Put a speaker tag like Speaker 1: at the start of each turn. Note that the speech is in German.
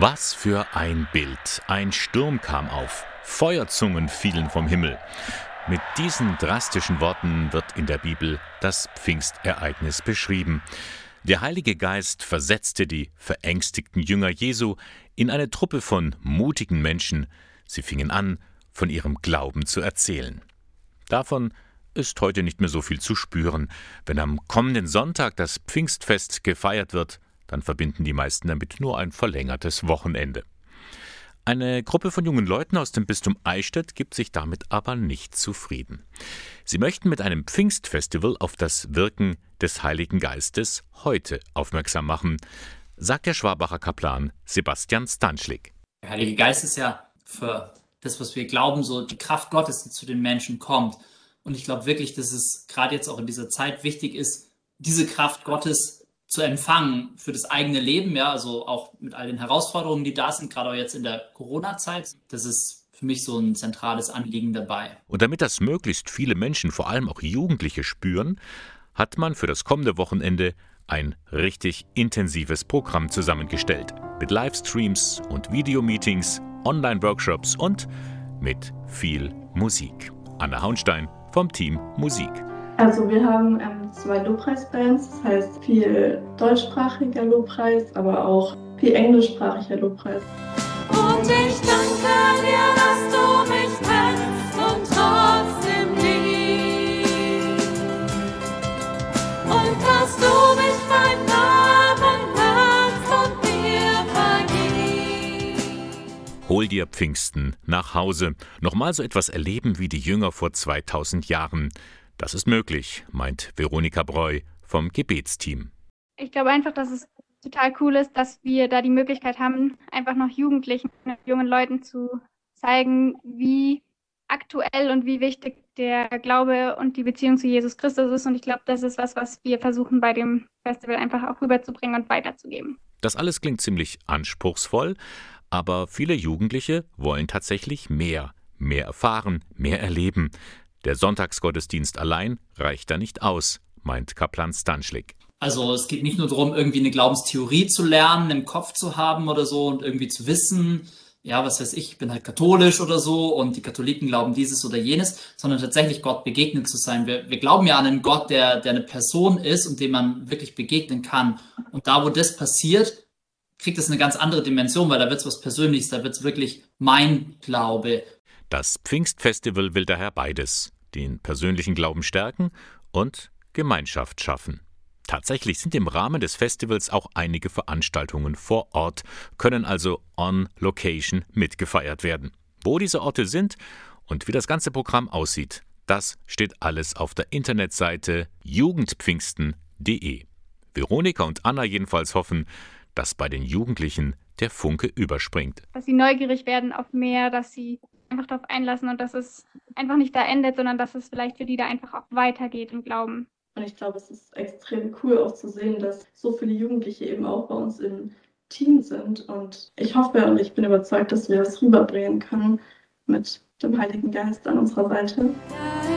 Speaker 1: Was für ein Bild. Ein Sturm kam auf. Feuerzungen fielen vom Himmel. Mit diesen drastischen Worten wird in der Bibel das Pfingstereignis beschrieben. Der Heilige Geist versetzte die verängstigten Jünger Jesu in eine Truppe von mutigen Menschen. Sie fingen an, von ihrem Glauben zu erzählen. Davon ist heute nicht mehr so viel zu spüren. Wenn am kommenden Sonntag das Pfingstfest gefeiert wird, dann verbinden die meisten damit nur ein verlängertes Wochenende. Eine Gruppe von jungen Leuten aus dem Bistum Eichstätt gibt sich damit aber nicht zufrieden. Sie möchten mit einem Pfingstfestival auf das Wirken des Heiligen Geistes heute aufmerksam machen, sagt der Schwabacher Kaplan Sebastian Stanschlik.
Speaker 2: Der Heilige Geist ist ja für das, was wir glauben, so die Kraft Gottes, die zu den Menschen kommt. Und ich glaube wirklich, dass es gerade jetzt auch in dieser Zeit wichtig ist, diese Kraft Gottes zu empfangen für das eigene Leben, ja, also auch mit all den Herausforderungen, die da sind, gerade auch jetzt in der Corona-Zeit. Das ist für mich so ein zentrales Anliegen dabei.
Speaker 1: Und damit das möglichst viele Menschen, vor allem auch Jugendliche, spüren, hat man für das kommende Wochenende ein richtig intensives Programm zusammengestellt. Mit Livestreams und Videomeetings, Online-Workshops und mit viel Musik. Anna Hauenstein vom Team Musik.
Speaker 3: Also wir haben 2 Lobpreisbands, das heißt viel deutschsprachiger Lobpreis, aber auch viel englischsprachiger Lobpreis.
Speaker 4: Und ich danke dir, dass du mich kennst und trotzdem liebst. Und dass du mich beim Namen nennst und mir vergibst.
Speaker 1: Hol dir Pfingsten nach Hause. Nochmal so etwas erleben wie die Jünger vor 2000 Jahren. Das ist möglich, meint Veronika Breu vom Gebetsteam.
Speaker 5: Ich glaube einfach, dass es total cool ist, dass wir da die Möglichkeit haben, einfach noch Jugendlichen, jungen Leuten zu zeigen, wie aktuell und wie wichtig der Glaube und die Beziehung zu Jesus Christus ist. Und ich glaube, das ist was wir versuchen bei dem Festival einfach auch rüberzubringen und weiterzugeben.
Speaker 1: Das alles klingt ziemlich anspruchsvoll, aber viele Jugendliche wollen tatsächlich mehr erfahren, mehr erleben. Der Sonntagsgottesdienst allein reicht da nicht aus, meint Kaplan Stanschlik.
Speaker 2: Also es geht nicht nur darum, irgendwie eine Glaubenstheorie zu lernen, im Kopf zu haben oder so und irgendwie zu wissen, ja, was weiß ich bin halt katholisch oder so und die Katholiken glauben dieses oder jenes, sondern tatsächlich Gott begegnet zu sein. Wir glauben ja an einen Gott, der eine Person ist und dem man wirklich begegnen kann. Und da, wo das passiert, kriegt es eine ganz andere Dimension, weil da wird es was Persönliches, da wird es wirklich mein Glaube.
Speaker 1: Das Pfingstfestival will daher beides, den persönlichen Glauben stärken und Gemeinschaft schaffen. Tatsächlich sind im Rahmen des Festivals auch einige Veranstaltungen vor Ort, können also on location mitgefeiert werden. Wo diese Orte sind und wie das ganze Programm aussieht, das steht alles auf der Internetseite jugendpfingsten.de. Veronika und Anna jedenfalls hoffen, dass bei den Jugendlichen der Funke überspringt.
Speaker 5: Dass sie neugierig werden auf mehr, dass sie einfach darauf einlassen und dass es einfach nicht da endet, sondern dass es vielleicht für die da einfach auch weitergeht im Glauben.
Speaker 3: Und ich glaube, es ist extrem cool auch zu sehen, dass so viele Jugendliche eben auch bei uns im Team sind. Und ich hoffe und ich bin überzeugt, dass wir das rüberbringen können mit dem Heiligen Geist an unserer Seite.
Speaker 4: Ja,